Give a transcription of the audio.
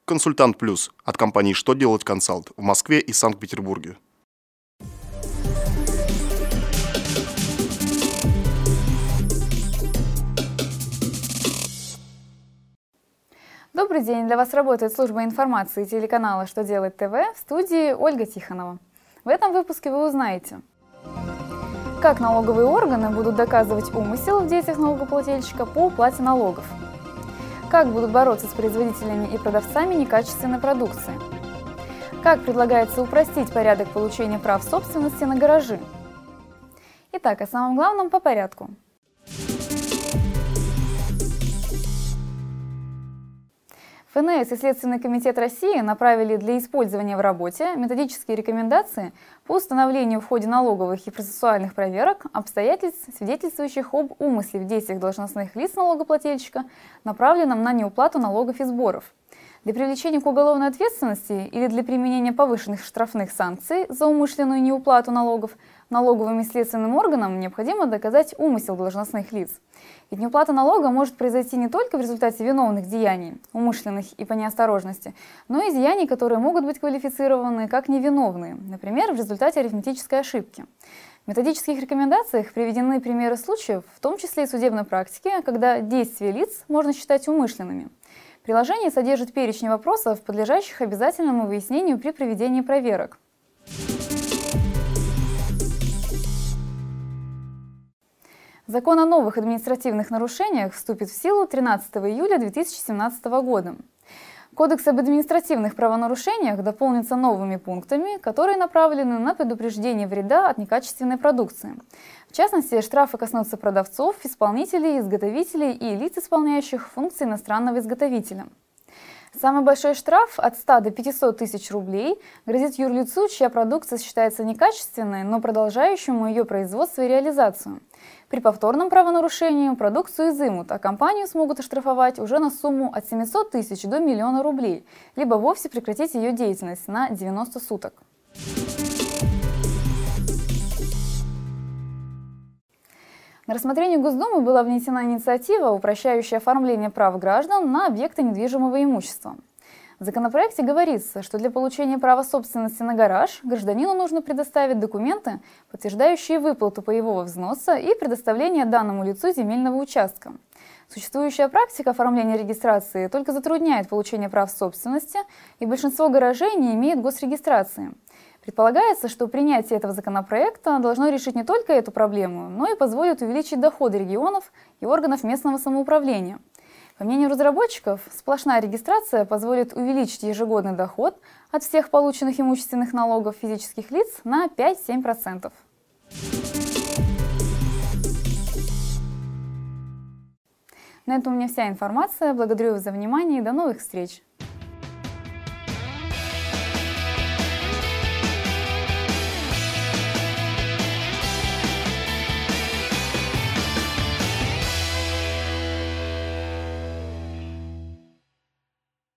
Консультант Плюс от компании «Что делать консалт» в Москве и Санкт-Петербурге. Добрый день! Для вас работает служба информации телеканала «Что делать ТВ», в студии Ольга Тихонова. В этом выпуске вы узнаете, как налоговые органы будут доказывать умысел в действиях налогоплательщика по уплате налогов, как будут бороться с производителями и продавцами некачественной продукции, как предлагается упростить порядок получения прав собственности на гаражи. Итак, о самом главном по порядку. ФНС и Следственный комитет России направили для использования в работе методические рекомендации по установлению в ходе налоговых и процессуальных проверок обстоятельств, свидетельствующих об умысле в действиях должностных лиц налогоплательщика, направленном на неуплату налогов и сборов. Для привлечения к уголовной ответственности или для применения повышенных штрафных санкций за умышленную неуплату налогов налоговым и следственным органам необходимо доказать умысел должностных лиц. Ведь неуплата налога может произойти не только в результате виновных деяний, умышленных и по неосторожности, но и деяний, которые могут быть квалифицированы как невиновные, например, в результате арифметической ошибки. В методических рекомендациях приведены примеры случаев, в том числе и судебной практики, когда действия лиц можно считать умышленными. Приложение содержит перечень вопросов, подлежащих обязательному выяснению при проведении проверок. Закон о новых административных нарушениях вступит в силу 13 июля 2017 года. Кодекс об административных правонарушениях дополнится новыми пунктами, которые направлены на предупреждение вреда от некачественной продукции. В частности, штрафы коснутся продавцов, исполнителей, изготовителей и лиц, исполняющих функции иностранного изготовителя. Самый большой штраф от 100 до 500 тысяч рублей грозит юрлицу, чья продукция считается некачественной, но продолжающему ее производство и реализацию. При повторном правонарушении продукцию изымут, а компанию смогут оштрафовать уже на сумму от 700 тысяч до 1 000 000 рублей, либо вовсе прекратить ее деятельность на 90 суток. На рассмотрение Госдумы была внесена инициатива, упрощающая оформление прав граждан на объекты недвижимого имущества. В законопроекте говорится, что для получения права собственности на гараж гражданину нужно предоставить документы, подтверждающие выплату паевого взноса и предоставление данному лицу земельного участка. Существующая практика оформления регистрации только затрудняет получение прав собственности, и большинство гаражей не имеет госрегистрации. Предполагается, что принятие этого законопроекта должно решить не только эту проблему, но и позволит увеличить доходы регионов и органов местного самоуправления. По мнению разработчиков, сплошная регистрация позволит увеличить ежегодный доход от всех полученных имущественных налогов физических лиц на 5-7%. На этом у меня вся информация. Благодарю вас за внимание и до новых встреч!